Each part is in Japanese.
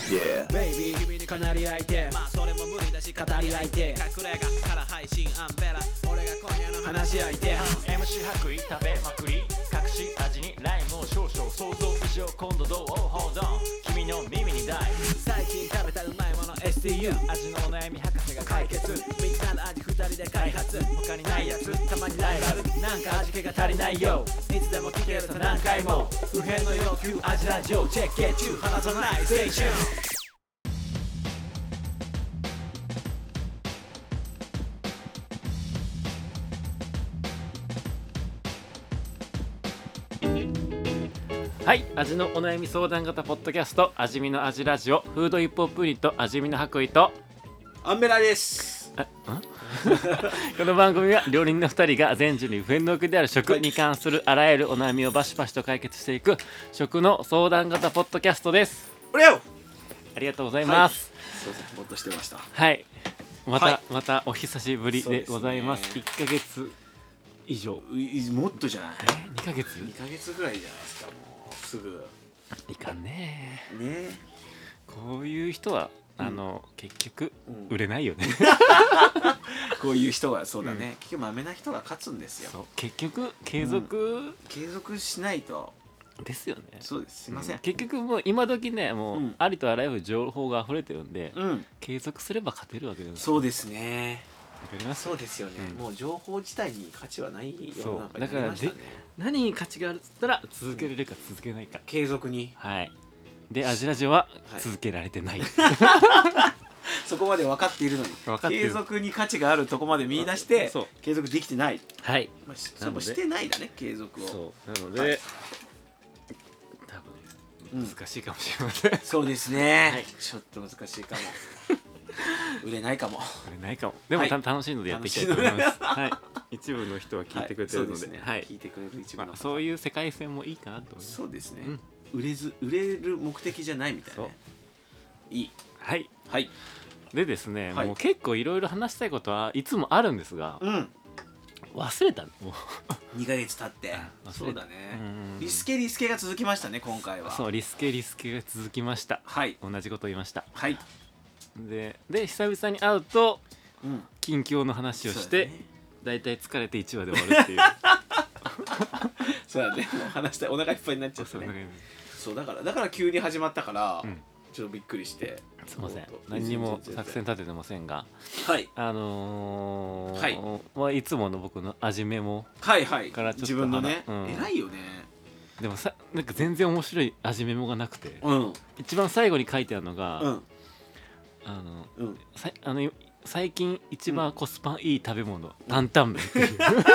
Yeah ベイビー君にかなり相手まあそれも無理だし語り相手隠れ家から配信アンベラ俺が今夜の話し相手 MC 白衣食べまくり隠し味にライムを少々想像以上今度どう Hold on 君の耳にダイ最近食べたうまいもの STU 味のお悩み博士が解決みんなの味二人で開発他にないやつたまにライバルなんか味気が足りないよいつでも聞けると何回も不変の要求味ラジオチェックゲッチュー離さないステーションはい、味のお悩み相談型ポッドキャスト味見の味ラジオフードヒップホップユニット味見の白衣とアンベラですこの番組は料理人の2人が全人類不変の欲である食に関するあらゆるお悩みをバシバシと解決していく食の相談型ポッドキャストです。 おれよありがとうございます。 すいませんぼーっとしてましたはいまた、 はいまたお久しぶりでございます。 そう 1ヶ月以上もっとじゃない 2ヶ月 2ヶ月ぐらいじゃないですかもうすぐいかんねねこういう人は結局売れないよね、 こういう人がそうだね、結局マメな人が勝つんですよ。 そう結局継続、 継続しないとですよね。 そうですすいません、 結局もう今時ねもう、ありとあらゆる情報が溢れてるんで、継続すれば勝てるわけです。 そうですねわかります。 そうですよね、もう情報自体に価値はない世の中だからになりましたね。 何に価値があるっつったら続けれるか続けないか、 継続にはいで味ラジオは続けられてない、 そこまで分かっているのに分かってる継続に価値があるとこまで見出してそう継続できてない、 はいまあ、それもしてないだね継続を。 そうなので、 はい多分難しいかもしれません、 そうですね、 はいちょっと難しいかも売れないかも売れないかもでも、 はい楽しいのでやっていきたいと思います、はい、一部の人は聞いてくれてるので、 そうですね、 はい聞いてくれる一部の方、 そういう世界線もいいかなと思います。 そうですね、売れる目的じゃないみたいなね。いいはいはいでですね、 はいもう結構いろいろ話したいことはいつもあるんですが、忘れたのもう 2ヶ月経って忘れたそうだね、 うんリスケが続きましたね今回は。 そうリスケが続きました。 はい同じこと言いました。 はい、 で久々に会うとうん、 近況の話をして、 そうだねだいたい疲れて1話で終わるっていうそうだねもう話したいお腹いっぱいになっちゃってそうなんかね。そうだから急に始まったから、 うんちょっとびっくりして。 すいませんもっと何にも作戦立ててませんがはいまあ、いつもの僕の味メモはいはいからちょっと自分のね、偉いよね。 でもなんか全然面白い味メモがなくて、 うん一番最後に書いてあるのが、 うん最近一番コスパいい食べ物、担々麺っていう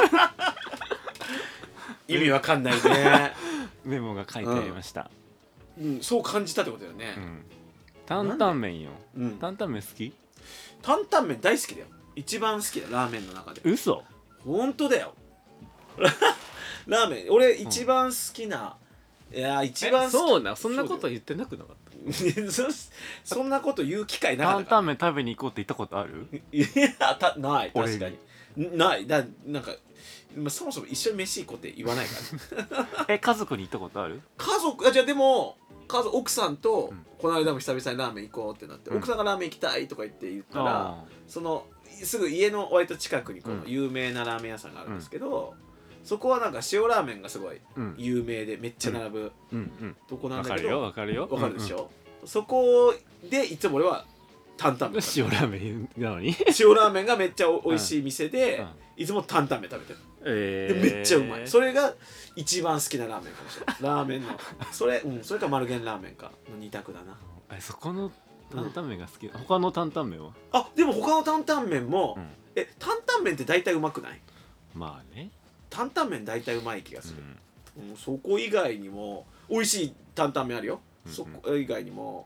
意味わかんないねメモが書いてありました、 そう感じたってことだよね。 担々麺よ、 うん担々麺好き？ 担々麺大好きだよ。一番好きだラーメンの中で。 嘘？ 本当だよラーメン俺一番好きな、いや一番好きそんなこと言ってなくなかったそんなこと言う機会なかったから。 担々麺食べに行こうって言ったことある？ いやない俺確かにないなんか、まあ、そもそも一緒に飯行こうって言わないから家族に行ったことある？ 家族じゃあでも奥さんと、この間も久々にラーメン行こうってなって、奥さんがラーメン行きたいとか言って言ったら、そのすぐ家の割と近くにこの有名なラーメン屋さんがあるんですけど、そこはなんか塩ラーメンがすごい有名でめっちゃ並ぶとこなんだけど、 わかるよわかるでしょ、そこでいつも俺は担々麺塩ラーメンなのに塩ラーメンがめっちゃおいしい店で、いつも担々麺食べてる、でめっちゃうまい。それが一番好きなラーメンかもしれないラーメンのそれか丸源ラーメンかの2択だな。 そこの担々麺が好き、他の担々麺は？ でも他の担々麺も、担々麺って大体うまくない？ まあね担々麺大体うまい気がする、そこ以外にも美味しい担々麺あるよ、そこ以外にも、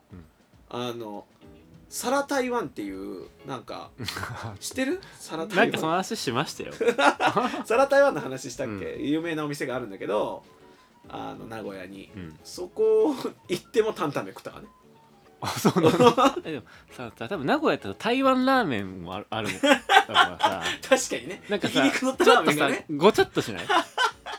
サラ台湾っていうなんか知ってる？サラ台湾なんかその話しましたよサラ台湾の話したっけ、有名なお店があるんだけど名古屋に、そこ行っても担々麺食ったからね。 そうなのでもさ多分名古屋って台湾ラーメンもあるもんだからさ確かにね、 なんかさひき肉のったラーメンちょっとさがねごちゃっとしない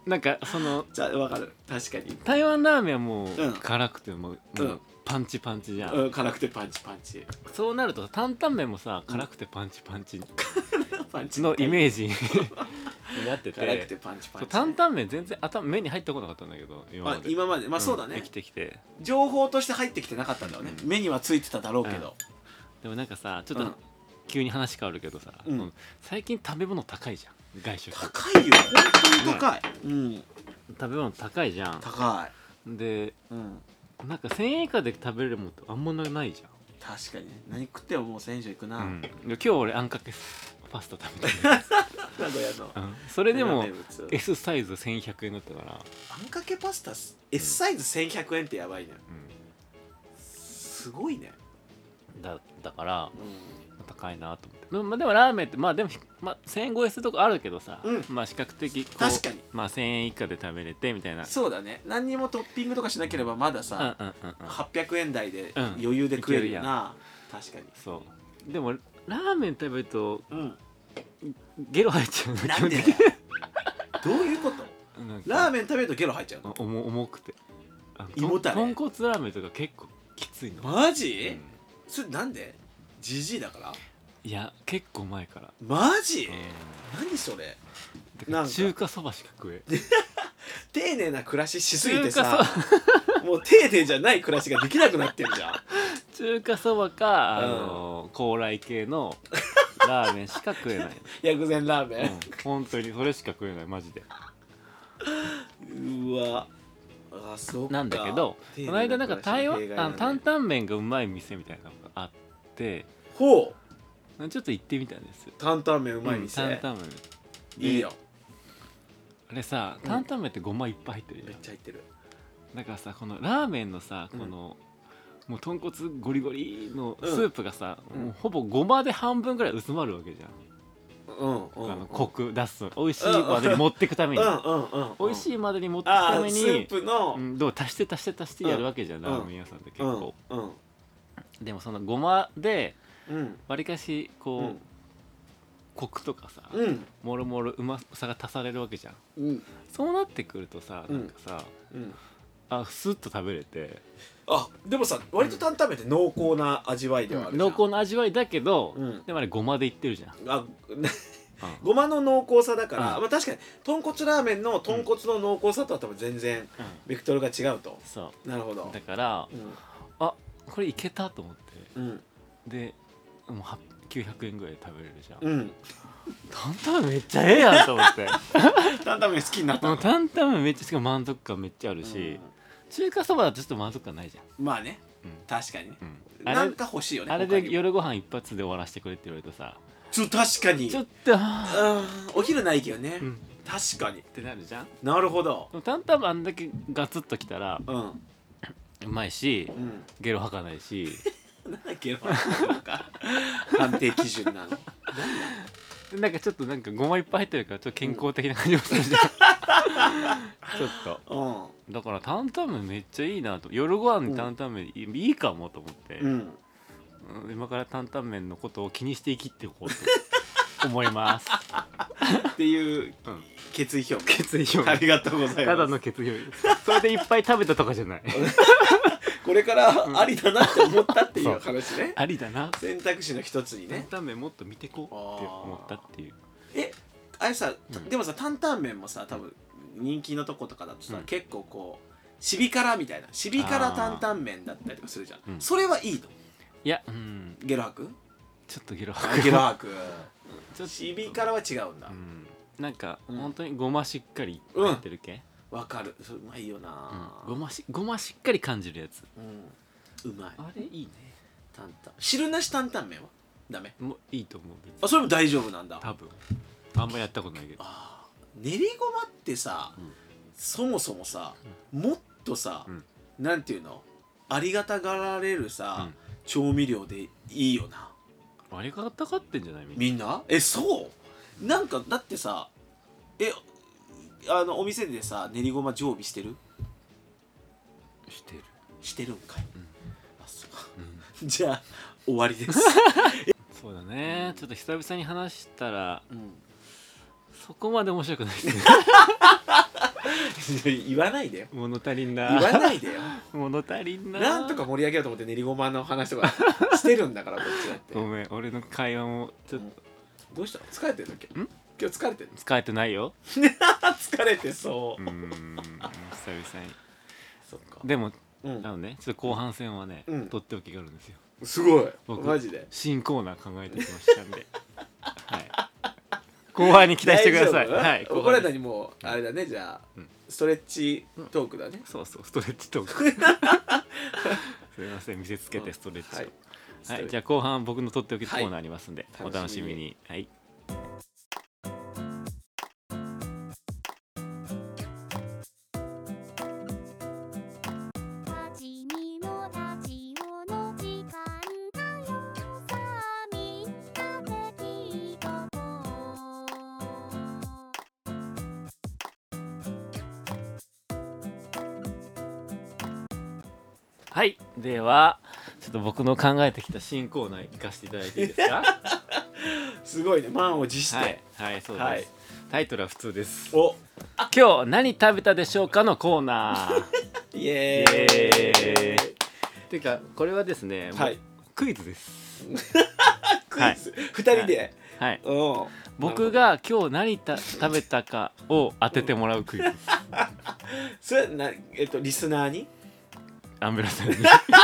なんかそのじゃあ分かる、確かに。 台湾ラーメンはもううん辛くてもうんうパンチパンチじゃん、 うん、辛くてパンチパンチ。 そうなると担々麺もさ辛くてパンチパンチパンチのイメージになって辛くてて、 パンチパンチ。 そう担々麺全然目に入ってこなかったんだけど今あまで。 今まで、まあそうだね生き。てきて。 情報として入ってきてなかったんだろうね。目にはついてただろうけど。 でもなんかさちょっうんと急に話変わるけどさ、 うん最近食べ物高いじゃん、外食。 高いよ、本当に高い。うん、 食べ物高いじゃん。 高い。 でうん、 なんか1000円以下で食べれるものってあんまないじ確かにね。何食ってももう1000円以上いくな。 ゃん、で今日俺あんかけパスタ食べた名古屋の。 それでも名物 S サイズ1100円だったから、 あんかけパスタ S サイズ1100円ってやばいね。すごいね。 だからう高いなと思って、でもラーメンってでも、1000円超えするとこあるけどさ、 うん比較的こう確かに 1000円以下で食べれてみたいな。 そうだね。何にもトッピングとかしなければまださ、800円台でうん余裕で食えるよな。確かに。 そうでもラーメン食べるとうん。 ゲロ入っちゃうのなんでだよ。どういうこと？ なんかラーメン食べるとゲロ入っちゃうの？ 重くて胃もたれ豚骨ラーメンとか結構きついの、 マジ？ うんそれなんで？ジジイだから？ いや結構前から、 マジ？ うん何それ？ だからなんか中華そばしか食え丁寧な暮らししすぎて中さ、もう丁寧じゃない暮らしができなくなってるじゃん。 中華そばか高麗系のラーメンしか食えない、 薬膳ラーメン。 本当にそれしか食えないマジで。 うわ。あ、そうか。 なんだけどこの間なんか台湾担々麺がうまい店みたいなのがあってほう。 ちょっと行ってみたんですよ。 担々麺うまい店。 担々麺いいよ。 あれさうん担々麺ってごまいっぱい入ってるじめゃん。 っちゃ入ってる。 だからさこのラーメンのさうんこの、もう豚骨ゴリゴリのスうんープがさ、 うんもうほぼごまで半分ぐらい薄まるわけじゃん、 うんうん。 コク出す美味しいまでに持ってくために、 うんうんうん。 美味しいいまでに持ってくためにスープの。 どう足してやるわけじゃん、ラーメン屋さんって結構、 うんでもそのごまでうんわりかしこう、 うんコクとかさ、 うんもろもろうまさが足されるわけじゃん。 うんそうなってくるとさ、 うんなんかさうん。 スッと食べれてあ、でもさ、割と担々麺って濃厚な味わいではあるじゃん。 濃厚な味わいだけど、 うんでもあれごまでいってるじゃん、 あ、ごまの濃厚さだから、 うんまあ確かに豚骨ラーメンの豚骨の濃厚さとは多分全然ベクトルが違うと。 そなるほどう。だからあこれいけたと思ってうんでもう900円ぐらいで食べれるじゃん、 うん。 担々麺めっちゃええやんと思って担々麺好きになったの。 もう担々麺めっちゃしかも満足感めっちゃあるし、 うん中華そばだとちょっと満足感ないじゃん、 まあね、 うん確かにね。 あれなんか欲しいよね。 あれで他にも夜ご飯一発で終わらせてくれって言われるとさ確かに。 ちょっとお昼ないけどね、 うん確かに。 ってなるじゃん。 なるほど。 でも担々麺あんだけガツッときたらうんうまいしうん。 ゲロ吐かないしなんだっけ、なんか判定基準なの。 なんかちょっとなんかごまいっぱい入ってるからちょっと健康的な感じもするじゃん、ちょっとうだから担々麺めっちゃいいなと夜ご飯に担々麺いいかもと思って、 ん。うん。 今から担々麺のことを気にして生きていこうと思いますっていううん決意表明。 決意表明ありがとうございます。 ただの決意表明ですそれでいっぱい食べたとかじゃないこれからありだなって思ったっていう話ね。 ありだな選択肢の一つに担ね。 々麺もっと見てこうって思ったっていうあれさ、 うんでもさ、担々麺もさ、多分人気のとことかだとさ、 うん結構こうシビ辛みたいな、シビ辛担々麺だったりとかするじゃん。 うんそれはいいの？ いやゲロ吐く？ ちょっとゲロあ吐くゲロ吐く。 ちょっとシビ辛は違うんだ。 なんかうん本当にごましっかり入ってる系、 わかる。それうまいよな。 ごましっかり感じるやつうん。うまい。 あれいいね担々。汁なし担々麺はダメ？ もういいと思う別にあ、それも大丈夫なんだ。 多分あんまやったことないけどあー練りごまってさ、 うんそもそもさ、もっとさ、 うんなんていうの、ありがたがられるさ、 うん調味料でいいよな。 あれがたかってんじゃないみんなみんなそうなんかだってさ、お店でさ練りごま常備してる？ してる、 してるんかい、 うんあ、そううんじゃあ終わりです、 そうだねちょっと久々に話したらうん、 そこまで面白くないですね言わないでよ。 物足りんな。 言わないでよ。 物足りんな。 なんとか盛り上げようと思って練りごまの話とかしてるんだからこっちだって。 ごめん、俺の会話もちょっと、 どうしたの？疲れてるだっけ？今日疲れてる？ 疲れてないよ。 疲れてそう。 久々に。 そっか。 でも、 うんちょっと後半戦はね、 うんとっておきがあるんですよ。 すごい。 僕マジで。 新コーナー考えてきましたんで、はい。後半に期待してください。 大丈夫？ はい。 これ何もうあれだね、じゃあうんストレッチトークだね。 そうそう、ストレッチトーク。すみません、見せつけてストレッチを。はい、じゃあ後半僕のとっておきコーナーありますんで、 はいお楽しみに。はい。はい、ではちょっと僕の考えてきた新コーナー行かせていただいていいですか？ すごいね、満を持して。 はい、そうです、 はい、 タイトルは普通です。 お、 今日何食べたでしょうかのコーナー。 イエーイ。 ていうかこれはですね、 はい、 クイズです。 クイズ、2人で、 はい、 うん、 僕が今日何食べたかを当ててもらうクイズです。 それリスナーにアンベラさんに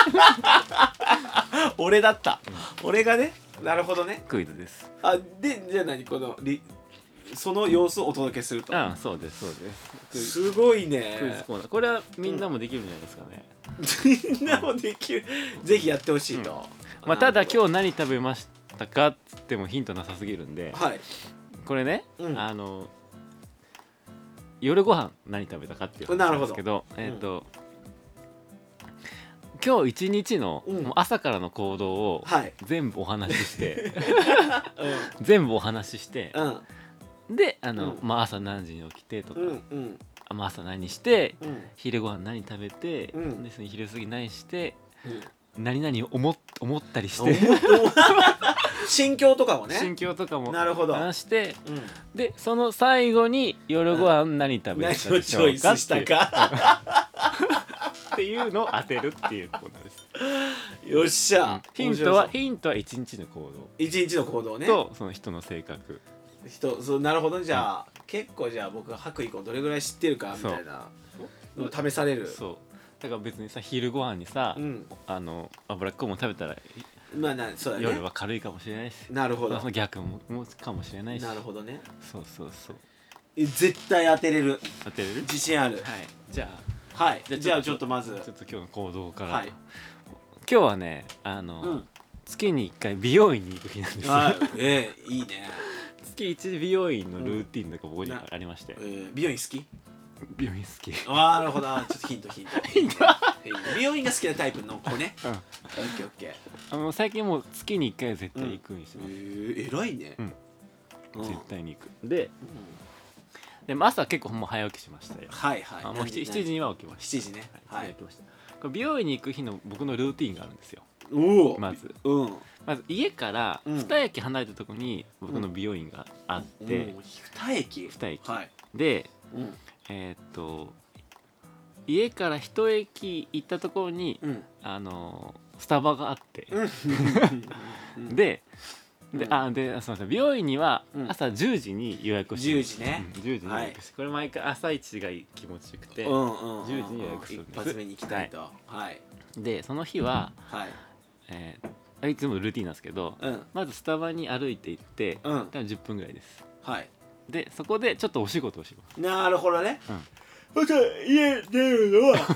俺だった、俺がね、なるほどね、 クイズです。 あ、で、じゃあ何、このその様子をお届けすると。 ああ、そうですそうです。 すごいね。 クイズコーナー、これはみんなもできるんじゃないですかね。 みんなもできる、ぜひやってほしいと。 まあ、ただ今日何食べましたかっつってもヒントなさすぎるんで、 はい、 これね、 うん、 夜ご飯何食べたかっていう話なんですけど、今日一日の、もう朝からの行動を全部お話しして、全部お話しして、でまあ、朝何時に起きてとか、まあ、朝何して、昼ご飯何食べて、でその昼過ぎ何して、何々思ったりして心境とかもね、 心境とかも話して、でその最後に夜ご飯何食べたでしょうかチョイスしたかっていうのを当てるっていうコーナーです。 よっしゃ、 ヒントは一日の行動、 一日の行動ね、 とその人の性格、 そう、なるほど。じゃあ、結構じゃあ僕が白衣をどれぐらい知ってるかみたいなのを試される。 そうだから別にさ、昼ご飯にさ、脂っこいもの食べたら、 まあそうだね、 夜は軽いかもしれないし、 なるほど、 その逆もかもしれないし、 なるほどね。 そうそうそう、 絶対当てれる、 当てれる、 自信ある。 はい、じゃあ、 はい、じゃあちょっとまずちょっと今日の行動から、 はい、 今日はね、月に1回美容院に行く日なんですよ。 いいね。 月1美容院のルーティンとかここにありまして、 美容院好き？ 美容院好き。 なるほど、ちょっとヒント美容院が好きなタイプの子ね。オッケーオッケー。最近もう月に1回は絶対行くようにしてます。 偉いね。 絶対に行く。で朝結構もう早起きしましたよ。 はいはい。 もう7時には起きました。 7時ね。 はい、起きました。これ美容院に行く日の僕のルーティンがあるんですよ。まず家から2駅離れたところに僕の美容院があって、 2駅で、家から1駅行ったところにスタバがあって、すみません、美容院には朝10時に予約をして、 10時ね、 10時に予約して、これ毎回朝一が気持ちよくて、10時に予約するんです。 一発目に行きたいと。 でその日は、いつもルーティンなんですけど、まずスタバに歩いて行って、多分10分ぐらいです。でそこでちょっとお仕事をします。 なるほどね。じゃあ家出るのは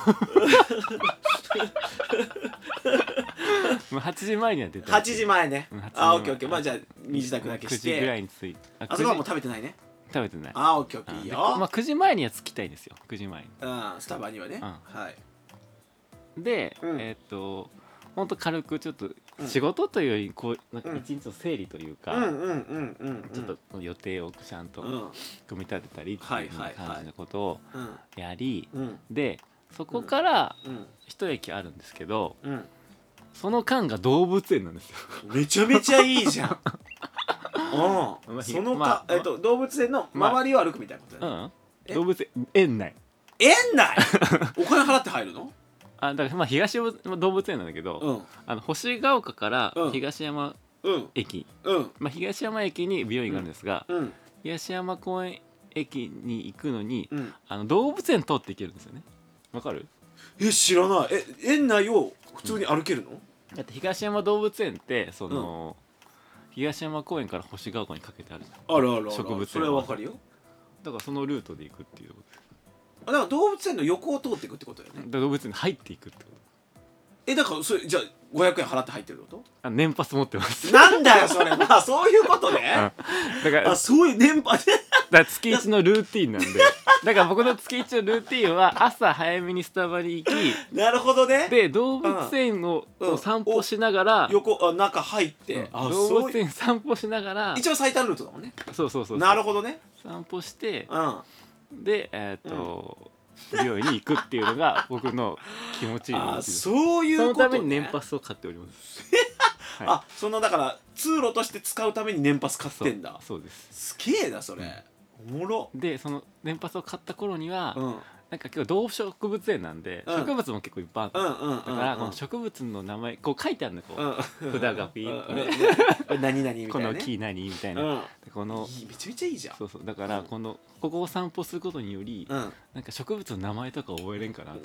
8時前には出た。 8時前ね。オッケーオッケー。まあじゃあ身支度だけして、 9時ぐらいに着いて、 あそこはもう食べてないね。 食べてない。 オッケーオッケー、いいよ。 まあ9時前には着きたいんですよ。9時前に。 スタバにはね。 でほんと軽くちょっと仕事というよりこうなんか一日の整理というか、ちょっと予定をちゃんと組み立てたりっていう感じのことをやり、でそこから一駅あるんですけど、その間が動物園なんですよ。 めちゃめちゃいいじゃん。その動物園の周りを歩くみたいなことだね。 動物園内。 園内お金払って入るの？ だからまあ東山動物園なんだけど、星ヶ丘から東山駅、東山駅に美容院があるんですが、東山公園駅に行くのに、動物園通って行けるんですよね。わかる？ 知らない。園内を普通に歩けるの？ だって東山動物園ってその、東山公園から星ヶ丘にかけてあるじゃん。 あるある。 植物園。 それはわかるよ。 だからそのルートで行くっていうことです。 だから動物園の横を通っていくってことだよね。 動物園に入っていくってこと。 だからそれじゃあ500円払って入ってるってこと？ 年パス持ってます。 なんだよそれ。まあそういうことね。 だからそういう年パスだから月1のルーティンなんで、だから僕の月1のルーティンは朝早めにスタバに行き、 なるほどね。 で動物園を散歩しながら、 中入って、 動物園散歩しながら、 一応最短ルートだもんね。 そうなるほどね。 散歩して、で美容院に行くっていうのが僕の気持ちいいルーティンです。 そういうことね。 そのために年パスを買っております。 そのだから通路として使うために年パス買ってんだ。 そうです。 すげえなそれ。おもろ。 でその年パスを買った頃には、なんか結構動植物園なんで、植物も結構いっぱいある。だからこの植物の名前こう書いてあるの、こう札がピーッとね、 何々みたいな、 この木何みたいな、このめちゃめちゃいいじゃん。 そうだからここを散歩することにより、なんか植物の名前とか覚えれんかなと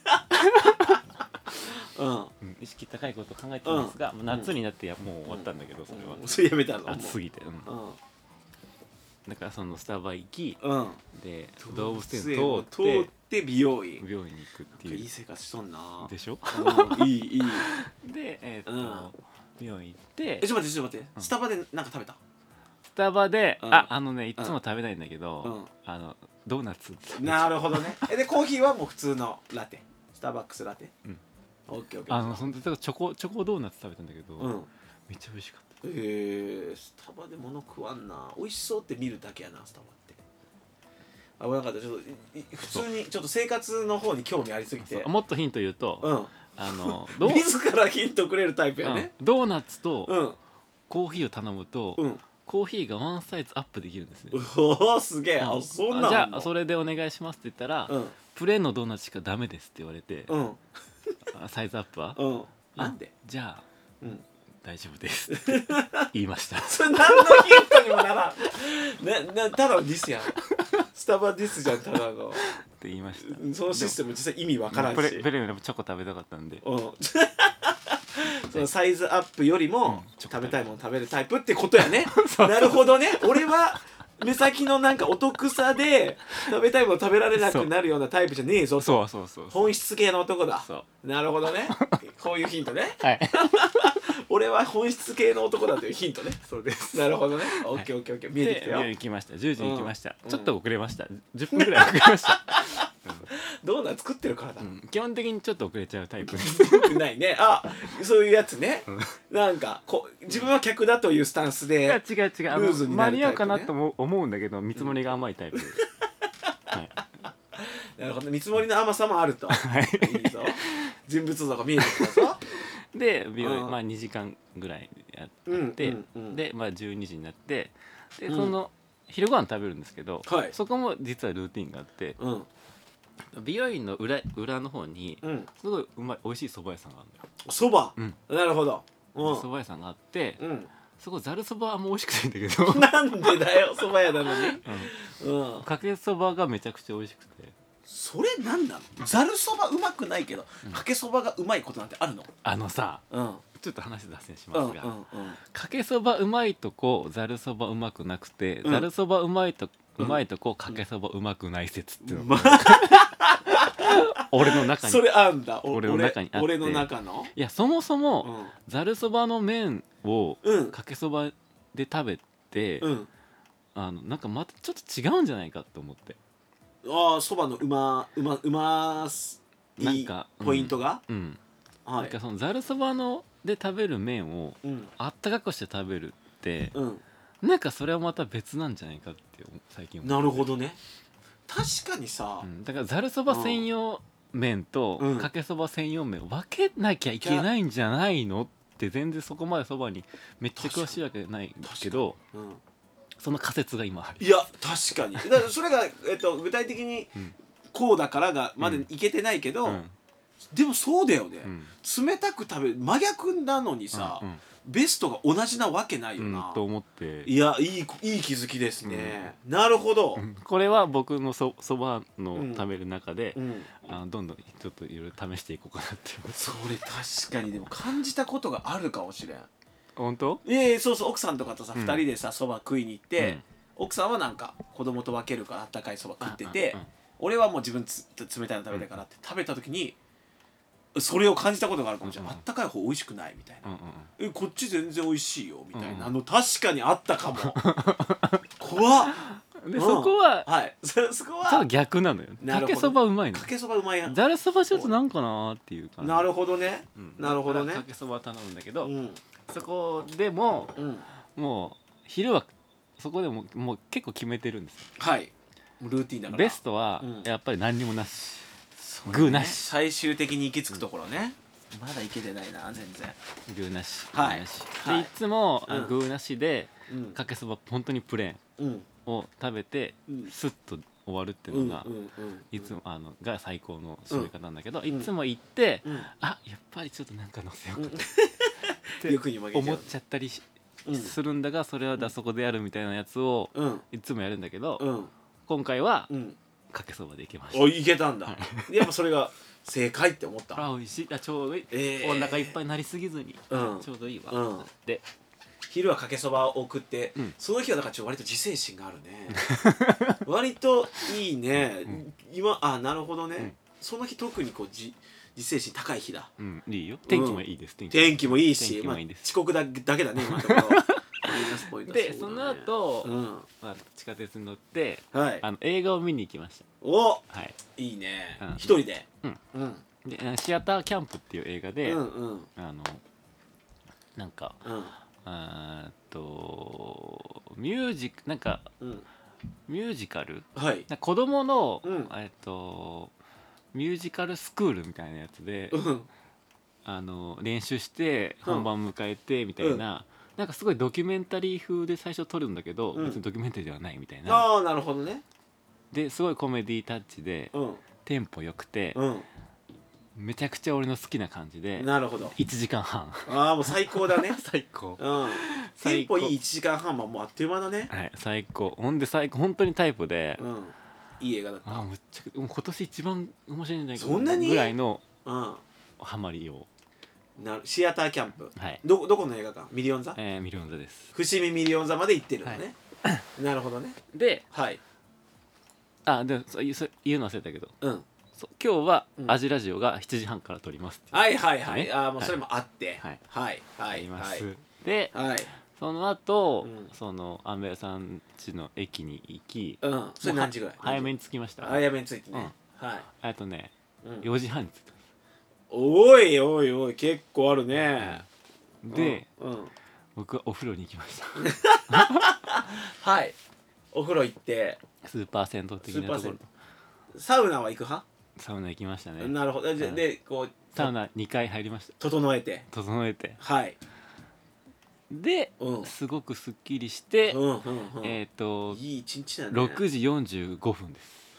思って、意識高いことを考えてますが、夏になってもう終わったんだけど、それはそれやめたの？ 暑すぎて。だからそのスタバ行き、で動物園通って美容院に行くっていう。 いい生活しとんな。 でしょ？ いいで美容院行って、 ちょっと待って、スタバでなんか食べた？ スタバでいつも食べないんだけど、ドーナツ。 なるほどね。でコーヒーはもう普通のラテ、スターバックスラテ。オッケー。 そのチョコドーナツ食べたんだけど、めっちゃ美味しかった。 スタバで物食わんな。美味しそうって見るだけやなスタバって。危なかった。ちょっと普通にちょっと生活の方に興味ありすぎて。 もっとヒント言うと、 自らヒントくれるタイプやね。 ドーナツとコーヒーを頼むと、コーヒーがワンサイズアップできるんですね。 すげえ。そんなん。 じゃあそれでお願いしますって言ったら、プレーンのドーナツしかダメですって言われて、サイズアップはなんで？ じゃあ大丈夫ですって言いました。 それ何のヒントにもならん。ただのディスやん。スタバディスじゃん、ただの。 って言いました。 そのシステム実際意味わからんし。 プレーンでもチョコ食べたかったんで。 そのサイズアップよりも食べたいもの食べるタイプってことやね。なるほどね。俺は目先のなんかお得さで食べたいもの食べられなくなるようなタイプじゃねえぞと。本質系の男だ。なるほどね。こういうヒントね。俺は本質系の男だというヒントね。 そうです。 なるほどね。オッケー見えてきたよ。 行きました。10時に行きました。ちょっと遅れました。10分ぐらい遅れました。 ドーナツ作ってるからだ。 基本的にちょっと遅れちゃうタイプ。 ないね。そういうやつね。なんか自分は客だというスタンスで。 違う。間に合うかなと思うんだけど、見積もりが甘いタイプ。 なるほど。見積もりの甘さもあると。いいぞ。人物像が見えてきたぞ。 で2時間ぐらいやってで12時になって、でその昼ご飯食べるんですけど、そこも実はルーティンがあって、美容院の裏の方にすごい美味しい蕎麦屋さんがあるんだよ。 蕎麦。なるほど。 蕎麦屋さんがあって、そこざる蕎麦はあんま美味しくないんだけど。 なんでだよ、蕎麦屋なのに。 かけ蕎麦がめちゃくちゃ美味しくて。 それなんなの？ざるそばうまくないけど、かけそばがうまいことなんてあるの？ ちょっと話脱線しますが、かけそばうまいとこざるそばうまくなくて、ざるそばうまいとこかけそばうまくない説っていうのが俺の中に、 それあんだ。 俺の中にあって、 俺の中の、 いやそもそもざるそばの麺をかけそばで食べて、なんかまたちょっと違うんじゃないかと思って。 そばのうますいポイントが、 なんかそのざるそばので食べる麺をあったかくして食べるって、なんかそれはまた別なんじゃないかって最近思って。 なるほどね。確かにさ、 だからざるそば専用麺とかけそば専用麺を分けなきゃいけないんじゃないのって、全然そこまでそばにめっちゃ詳しいわけないけど、その仮説が今ある。 いや確かに。だからそれが具体的にこうだからがまでいけてないけど、でもそうだよね、冷たく食べる真逆なのにさ、ベストが同じなわけないよな、 と思って。 いや、いい気づきですね、なるほど、 これは僕のそばの食べる中で、どんどんちょっといろいろ試していこうかなってそれ確かにでも感じたことがあるかもしれん。 本当？ そうそう、奥さんとかとさ2人でさそば食いに行って、奥さんはなんか子供と分けるからあったかいそば食ってて、俺はもう自分冷たいの食べたいからって食べた時にそれを感じたことがあるかもしれない、あったかい方美味しくないみたいな、こっち全然美味しいよみたいな、確かにあったかも怖っ。 でそこはそこはちょっと逆なのよ。かけそばうまいの。 かけそばうまいやん。 ざるそばちょっとなんかなっていう感じ。 なるほどね、なるほどね。 かけそば頼むんだけど、そこでももう昼はそこでもう結構決めてるんですよ。 はい、ルーティンだから。 ベストはやっぱり何にもなし、グーなし。 最終的に行き着くところね。まだ行けてないな全然。 グーなし。 はい。 でいつもグーなしでかけそば本当にプレーンを食べてスッと終わるっていうのがいつもが最高の締め方なんだけど、いつも行ってやっぱりちょっとなんか乗せようかって思っちゃったりするんだが、それはそこでやるみたいなやつをいつもやるんだけど、今回はかけそばでいけました。 いけたんだ。やっぱそれが正解って思った。 美味しい、ちょうどいい、お腹いっぱいになりすぎずにちょうどいいわ。で昼はかけそばを食って、その日はだから割と自制心があるね割といいね、今なるほどね、その日特にこう自制心高い日だ。 いいよ、天気もいいです。 天気もいいし、遅刻だけだね今のところでその後地下鉄に乗って映画を見に行きました。 いいね、一人で。 シアターキャンプっていう映画でなんかミュージカル、子供のミュージカルスクールみたいなやつで練習して本番迎えてみたいな、なんかすごいドキュメンタリー風で最初撮るんだけど、別にドキュメンタリーではないみたいな。 なるほどね。 ですごいコメディタッチでテンポ良くてめちゃくちゃ俺の好きな感じで。 なるほど。 1時間半。 もう最高だね。 最高。 テンポいい1時間半はもうあっという間だね。 最高。ほんで本当にタイプでいい映画だった。 むっちゃ今年一番面白いんじゃないかそんなにぐらいのハマりを。 シアターキャンプ。どこの映画館？ミリオン座？ ミリオン座です。 伏見ミリオン座まで行ってるのね。なるほどね。 で、でも言うの忘れたけど、今日はアジラジオが7時半から撮ります。 もうそれもあって、 あります。で、その後そのアンベラさん家の駅に行き、 それ何時ぐらい？ 早めに着きました。 早めに着いてね。 4時半に着いた。 おいおいおい、結構あるね。 で、僕はお風呂に行きましたお風呂行ってスーパー銭湯的なところ。 サウナは行く派？ サウナ行きましたね。 なるほど。でこうサウナ2回入りました。 整えてですごくすっきりしていい一日だね。 6時45分です。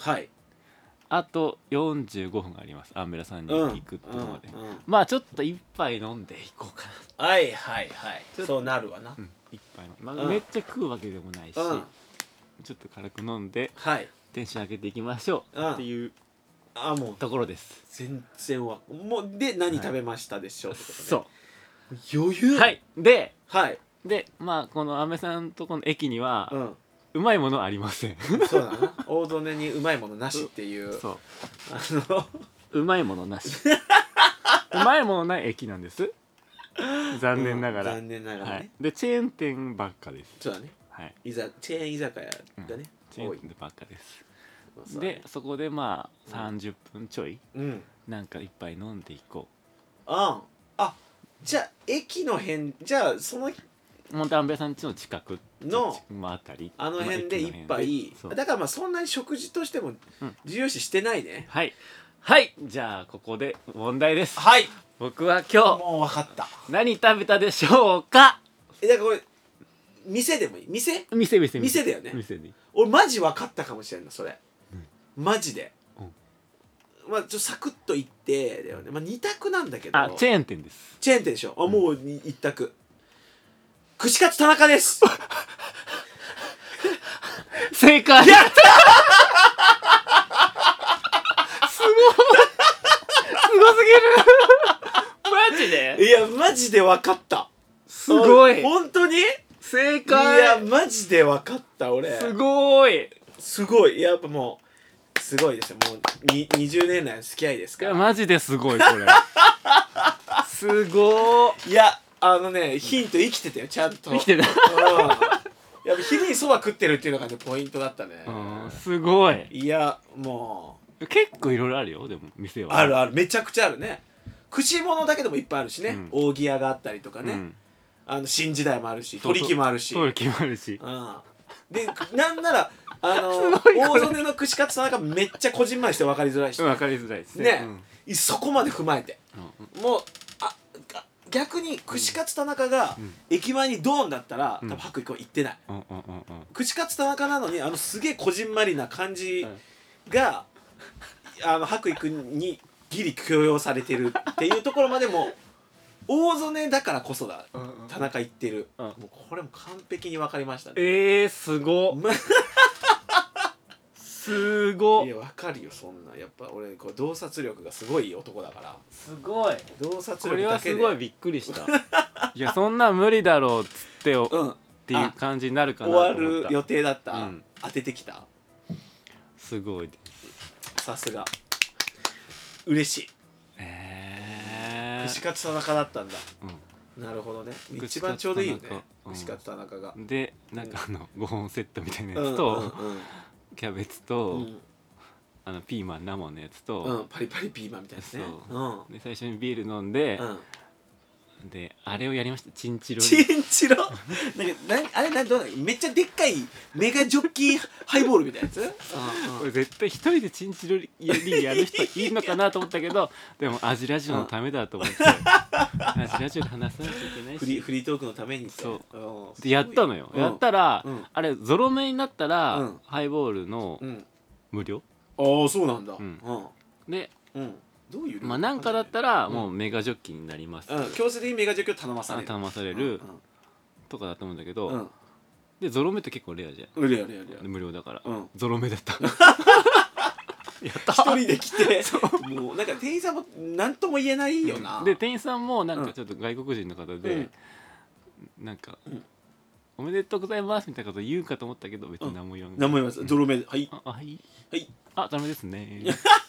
あと45分あります。アンベラさんに行くっていうので、まあちょっと一杯飲んでいこうかな。 そうなるわな。 一杯めっちゃ食うわけでもないし、ちょっと軽く飲んでテンション上げていきましょうっていうところです。 全然もうで何食べましたでしょうってことね。 そう余裕。 でまあこのアンベさんとこの駅にはうまいものありません。 そうだな。大曽根にうまいものなしっていう。 うまいものなし。うまいものない駅なんです。残念ながら。でチェーン店ばっかです。 そうだね。チェーン居酒屋がね。 チェーン店ばっかです。でそこでまあ30分ちょいなんか一杯飲んでいこう。 じゃあ駅の辺そのモンタンベさん家の近くのあたりあの辺で一杯だからまあそんなに食事としても重要視してないね。 じゃあここで問題です。僕は今日もう分かった。 何食べたでしょうか。 だからこれ店でもいい？店だよね。 店でいい。 俺マジ分かったかもしれんなそれ。マジでまあちょっとサクッといってだよね。まあ2択なんだけど。 チェーン店です。 チェーン店でしょ。もう1択。串カツ田中です。 正解。 やった。 すごすぎる。マジで？ いやマジで分かった。 すごい。 本当に？ 正解。 いやマジで分かった俺。 すごい。 すごい。やっぱもうすごいですよ。もう20年来の付き合いですから。 いやマジですごいこれ。すごー。 いやヒント生きてたよちゃんと。 生きてた。 やっぱ昼にそば食ってるっていうのがねポイントだったね。 すごい。 いやもう結構いろいろあるよでも店は。 あるあるめちゃくちゃあるね。串物だけでもいっぱいあるしね。扇屋があったりとかね。新時代もあるし鳥木もあるし。 鳥木もあるし。 でなんなら大曽根の串カツ田中めっちゃこじんまりして分かりづらいし。 分かりづらいですね。そこまで踏まえてもう逆に串カツ田中が駅前にドーンだったら多分白衣行ってない。串カツ田中なのにすげえこじんまりな感じが白衣くんにギリ許容されてるっていうところまでも大曽根だからこそだ田中行ってる。もうこれも完璧に分かりましたね。 すごっ。すごっ。 いや分かるよそんな。やっぱ俺こう洞察力がすごい男だから。 すごい。 洞察力だけでこれはすごいびっくりした。いやそんな無理だろうっつってよ、っていう感じになるかなと思った。 終わる予定だった。当ててきた。 すごい。 さすが。嬉しい。串カツ田中だったんだ。なるほどね。一番ちょうどいいよね串カツ田中が。 でなんか5本セットみたいなやつとキャベツとピーマン生のやつとパリパリピーマンみたいなやつね。 で最初にビール飲んでであれをやりました。チンチロ。 チンチロあれどうだめっちゃでっかいメガジョッキハイボールみたいなやつ。 これ絶対一人でチンチロやる人いるのかなと思ったけどでもアジラジオのためだと思ってアジラジオで話さなきゃいけないしフリートークのためにそうでやったのよ。やったらあれゾロ目になったらハイボールの無料。 ああそうなんだ。 でどういうなんかだったらもうメガジョッキになります。 強制的にメガジョッキを頼まされるとかだと思うんだけどでゾロ目って結構レアじゃん。 レア無料だからゾロ目だった。 やった一人で来てもうなんか店員さんも何とも言えないよな。 で店員さんもなんかちょっと外国人の方でなんかおめでとうございますみたいなこと言うかと思ったけど別に何も言わない。 何も言います。ゾロ目はいはいはいダメですね。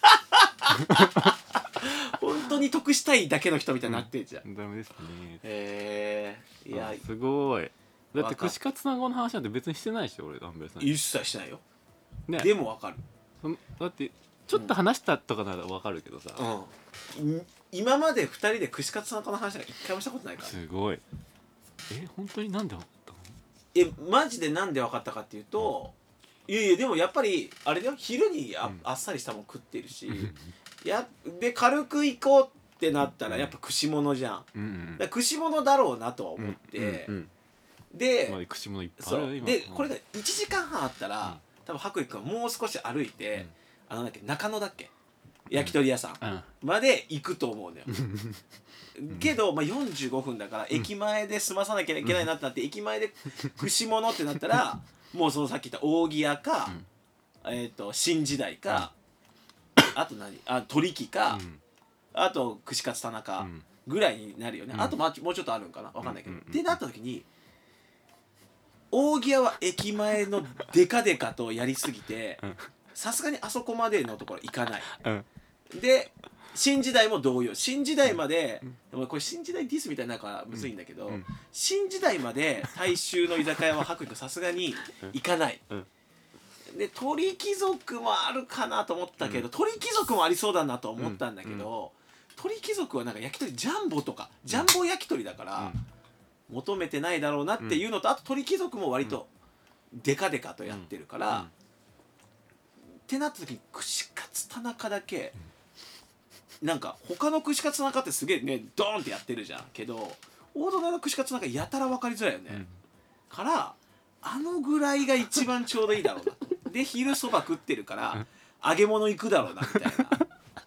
本当に得したいだけの人みたいになってんじゃん。 ダメですね。 いやすごい。だって串カツ田中の話なんて別にしてないし俺ダンベルさん。 一切してないよ。でもわかる。 だってちょっと話したとかならわかるけどさ。 今まで2人で串カツ田中の話なんか一回もしたことないから。 すごい。本当になんで分かったの？ マジでなんで分かったかっていうといやでもやっぱりあれだよ昼にあっさりしたもん食ってるしで軽く行こうってなったらやっぱ串物じゃん。だ串物だろうなとは思ってで串物いっぱいあるよ。 でこれが1時間半あったら多分白衣くんはもう少し歩いてなんだっけ中野だっけ焼き鳥屋さんまで行くと思うのよ。けど45分だから駅前で済まさなきゃいけないなってなって駅前で串物ってなったらもうそのさっき言った扇屋か新時代かあと鳥木かあと串カツ田中ぐらいになるよね。あともうちょっとあるんかな分かんないけどってなった時に扇屋は駅前のデカデカとやりすぎてさすがにあそこまでのところ行かない。で新時代も同様新時代まででもこれ新時代ディスみたいになるからむずいんだけど新時代まで大衆の居酒屋は白衣とさすがに行かない。で鳥貴族もあるかなと思ったけど鳥貴族もありそうだなと思ったんだけど鳥貴族はなんか焼き鳥ジャンボとかジャンボ焼き鳥だから求めてないだろうなっていうのとあと鳥貴族も割とデカデカとやってるからってなった時に串カツ田中だけなんか他の串カツ田中ってすげえねドーンってやってるじゃんけど大戸の串カツなんかやたら分かりづらいよね。からぐらいが一番ちょうどいいだろうなと。で昼そば食ってるから揚げ物行くだろうなみたいな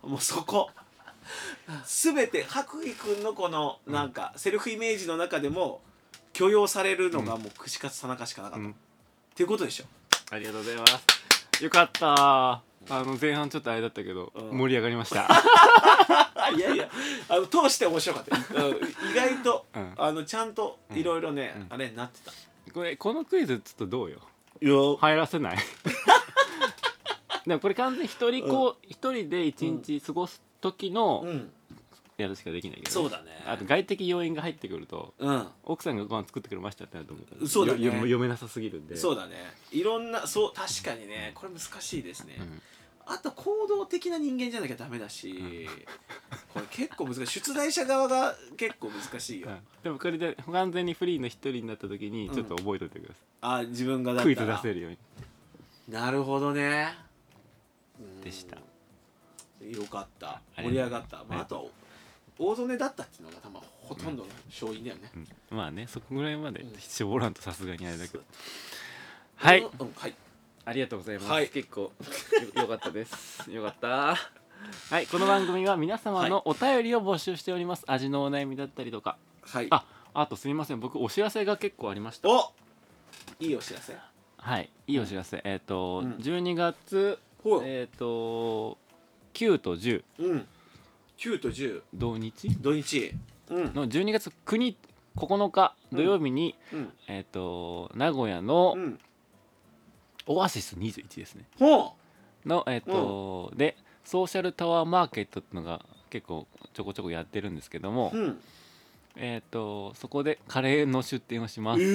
もうそこ全て白衣くんのこのなんかセルフイメージの中でも許容されるのがもう串カツ田中しかなかった、っていうことでしょ。 ありがとうございます。よかった。前半ちょっとあれだったけど、盛り上がりましたいやいや通して面白かった、意外と、ちゃんといろいろね、あれになってた。 このクイズちょっとどうよ。入らせないでもこれ完全に一人で一日過ごす時のやるしかできないけど、 そうだね。 あと外的要因が入ってくると、奥さんがご飯作ってくれましたってなると思う。 そうだね。 読めなさすぎるんで。 そうだね。いろんな確かにね、これ難しいですね。あと行動的な人間じゃなきゃダメだし、これ結構難しい。出題者側が結構難しいよ。 でもこれで完全にフリーの一人になった時にちょっと覚えておいてください。 自分がだったらクイズ出せるように。 なるほどね。 でした。 よかった。盛り上がった。あとは大曽根だったっていうのが多分ほとんどの勝因だよね。 まあね、そこぐらいまで絞らんとさすがにあれだけど。はい。ありがとうございます。結構よかったです。よかった。はい、この番組は皆様のお便りを募集しております。味のお悩みだったりとか。あとすみません、僕お知らせが結構ありました。 いいお知らせ。 はい、いいお知らせ。12月9と10。 9と10。 土日の12月9日土曜日に名古屋のオアシス21ですね。のでソーシャルタワーマーケットっていうのが結構ちょこちょこやってるんですけども、そこでカレーの出店をします。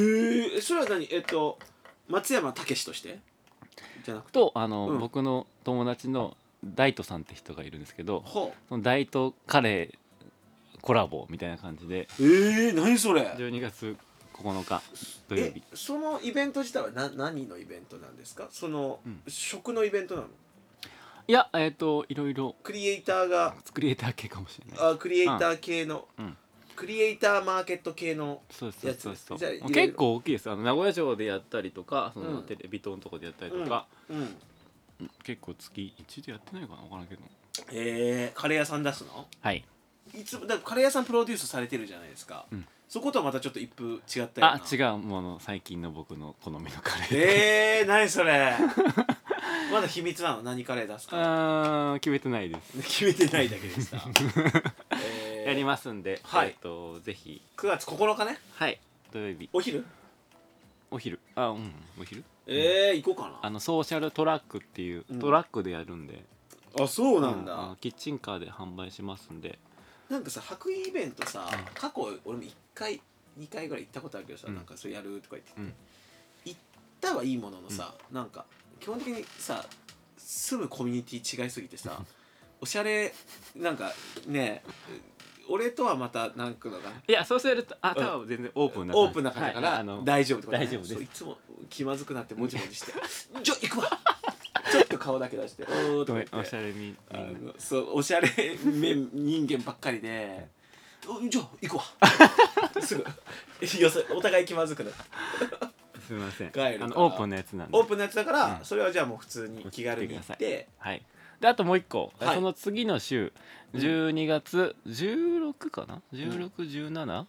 それは何？松山武史としてじゃなくて僕の友達の大斗さんって人がいるんですけど、その大斗カレーコラボみたいな感じで何それ 12月9日土曜日。 そのイベント自体は何のイベントなんですか？その、食のイベントなの？ いやいろいろクリエイター系かもしれない。 クリエイター系の、クリエイターマーケット系のやつ。 そう結構大きいです。名古屋城でやったりとか、そのテレビ塔のとこでやったりとか、結構月1でやってないかな、分からんけど。 カレー屋さん出すの？ はい。 いつもだからカレー屋さんプロデュースされてるじゃないですか。そことはまたちょっと一風違ったような。 違うもの、最近の僕の好みのカレー。何それまだ秘密なの？何カレー出すか決めてないです。 決めてないだけでしたやりますんで、ぜひ 9月9日ね。 はい、土曜日。 お昼お昼行こうかな。 ソーシャルトラックっていうトラックでやるんで。 そうなんだ。 キッチンカーで販売しますんで。 なんかさ、白衣イベントさ、過去俺も1回2回ぐらい行ったことあるけどさ、なんかそれやるとか言って、行ったはいいもののさ、なんか基本的にさ、住むコミュニティ違いすぎてさ、おしゃれなんかね、俺とはまたなんかのが、 いや、そうすると多分全然オープンな方だから大丈夫とか、 大丈夫です。 いつも気まずくなってもじもじしてじゃ行くわちょっと顔だけ出しておしゃれにおしゃれ人間ばっかりでじゃあ行くわすぐお互い気まずくなってすみません、 帰るオープンのやつなんで。 オープンのやつだから、それはじゃあもう普通に気軽に行って、 はい。であともう一個、その次の週12月16かな、1617、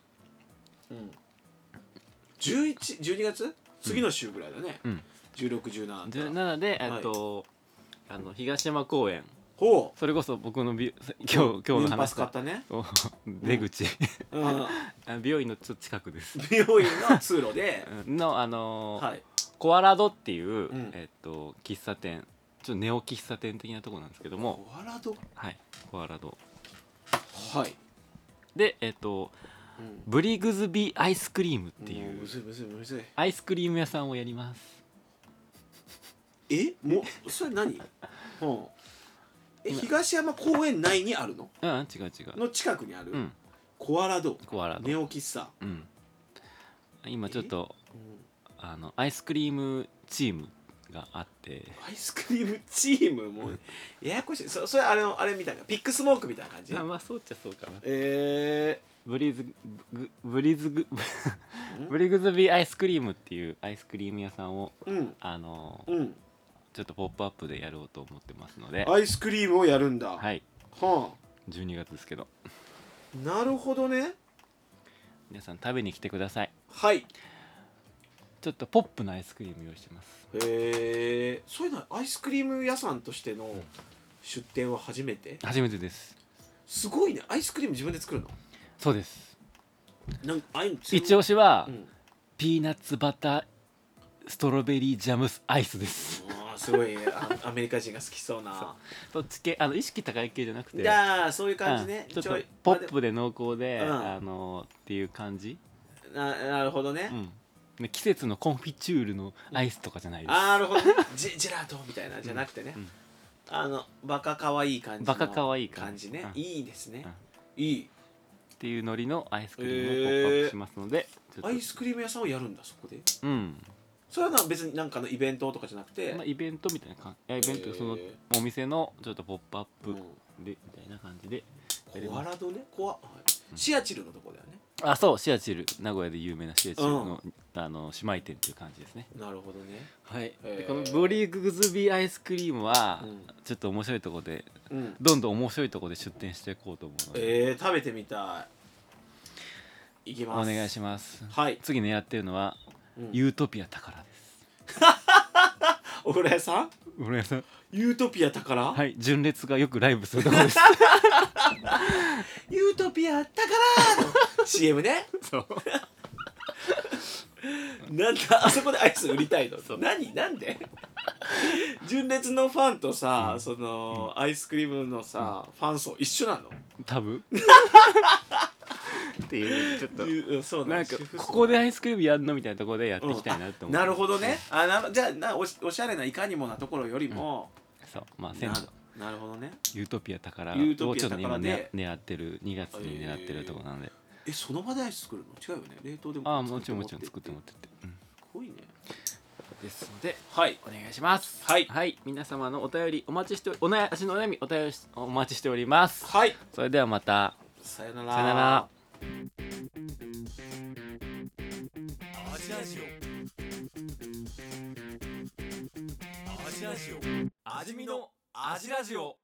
12月次の週ぐらいだね。1617 で東山公園、それこそ僕の今日の話した出口美容院のちょっと近くです。 美容院の通路でのコアラドっていう喫茶店、ちょっとネオ喫茶店的なところなんですけども、 コアラド、 はいコアラド、 はいでブリグズビーアイスクリームっていうアイスクリーム屋さんをやります。 もうそれ何東山公園内にあるの？ 違うの近くにある、コアラドネオ喫茶。今ちょっとアイスクリームチームがあって、 アイスクリームチームもややこしい。それあれみたいなピックスモークみたいな感じ。 まあそうっちゃそうかな。ブリグズビーアイスクリームっていうアイスクリーム屋さんをちょっとポップアップでやろうと思ってますので。 アイスクリームをやるんだ。 はい。 は 12月ですけど。 あ、なるほどね。 皆さん食べに来てください。 はい。 ちょっとポップなアイスクリーム用意してます。 へえ。そういうのアイスクリーム屋さんとしての出店は初めて？ 初めてです。 すごいね。アイスクリーム自分で作るの？ そうです。 一押しは、ピーナッツバターストロベリージャムアイスです。 すごいアメリカ人が好きそうな。 そっち系、意識高い系じゃなくて、 そういう感じね。 ちょっとポップで濃厚で、っていう感じ。 なるほどね。 季節のコンフィチュールのアイスとかじゃないです。 なるほどね。ジェラートみたいなじゃなくてね。バカ可愛い感じの。 バカ可愛い感じね。いいですね。いい。 っていうノリのアイスクリームをポップアップしますので、 アイスクリーム屋さんをやるんだ、そこで。 うん。 それは別になんかのイベントとかじゃなくて、 イベントみたいな感じ。イベント、そのお店のちょっとポップアップでみたいな感じで。 コアラドね、シアチルのとこだよね。 そう、シアチル、名古屋で有名なシアチルの姉妹店っていう感じですね。 なるほどね。 はい。このブリグズビーアイスクリームはちょっと面白いところで、どんどん面白いところで出店していこうと思うので。 食べてみたい。いきます。 お願いします。 はい。 次狙ってるのはユートピア宝です。 お風呂屋さん？ お風呂屋さん。 ユートピア宝？ はい、純烈がよくライブするところです。 ユートピア宝の CM ね。そう。なんだ、あそこでアイス売りたいの？なんで？純烈のファンとさ、そのアイスクリームのさ、ファン層一緒なの？多分。っていうちょっとそうなんかここでアイスクリームやるのみたいなところでやっていきたいなって思う。 なるほどね。じゃあおしゃれないかにもなところよりも、 そう鮮度。 なるほどね。 ユートピア宝をちょっと今狙ってる2月に狙ってるところなんで。 その場でアイス作るの？違うよね。冷凍でも。 もちろん作って持ってって。 すごいね。 ですので、 はい、 お願いします。はい、皆様のお便りお待ちしてお悩みお便りお待ちしております。 はい、 それではまた。 さよなら。 さよなら。 アジラジオ味見のアジラジオ。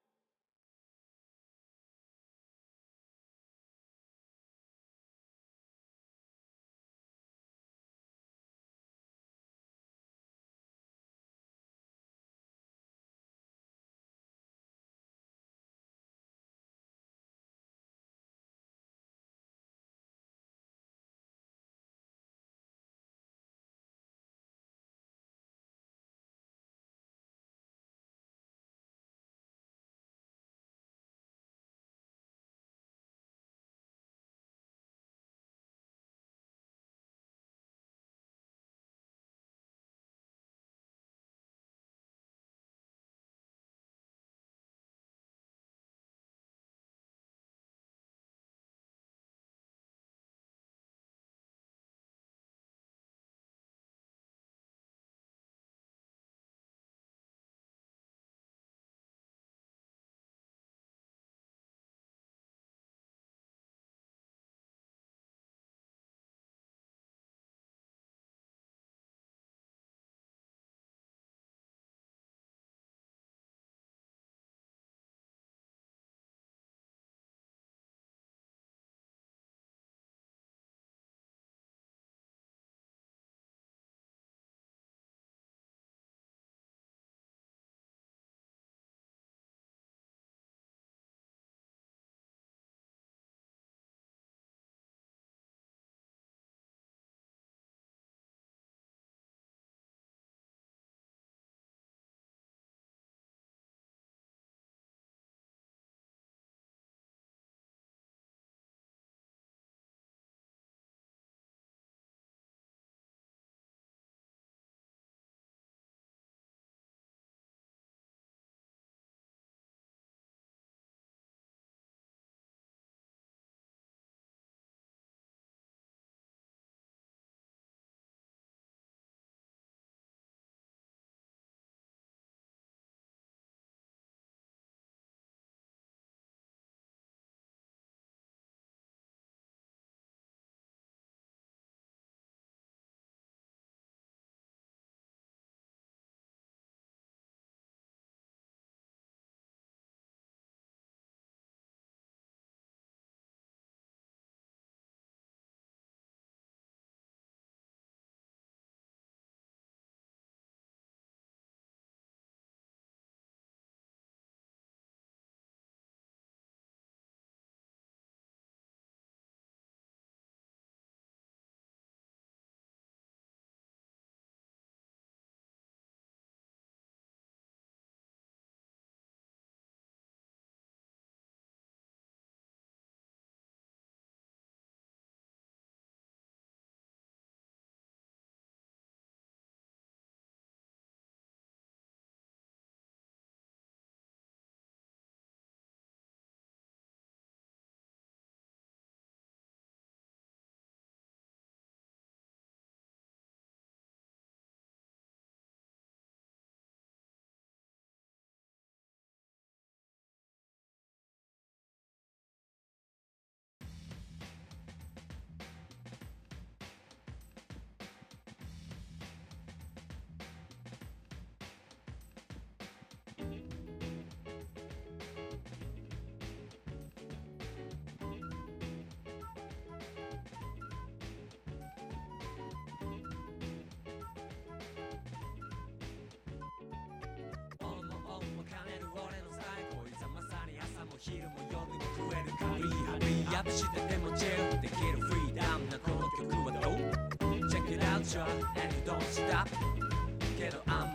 昼も夜も食えるかリハビアップしててもチルできるフリーダムなこの曲はどう Check it out, try and you don't stop けどI'm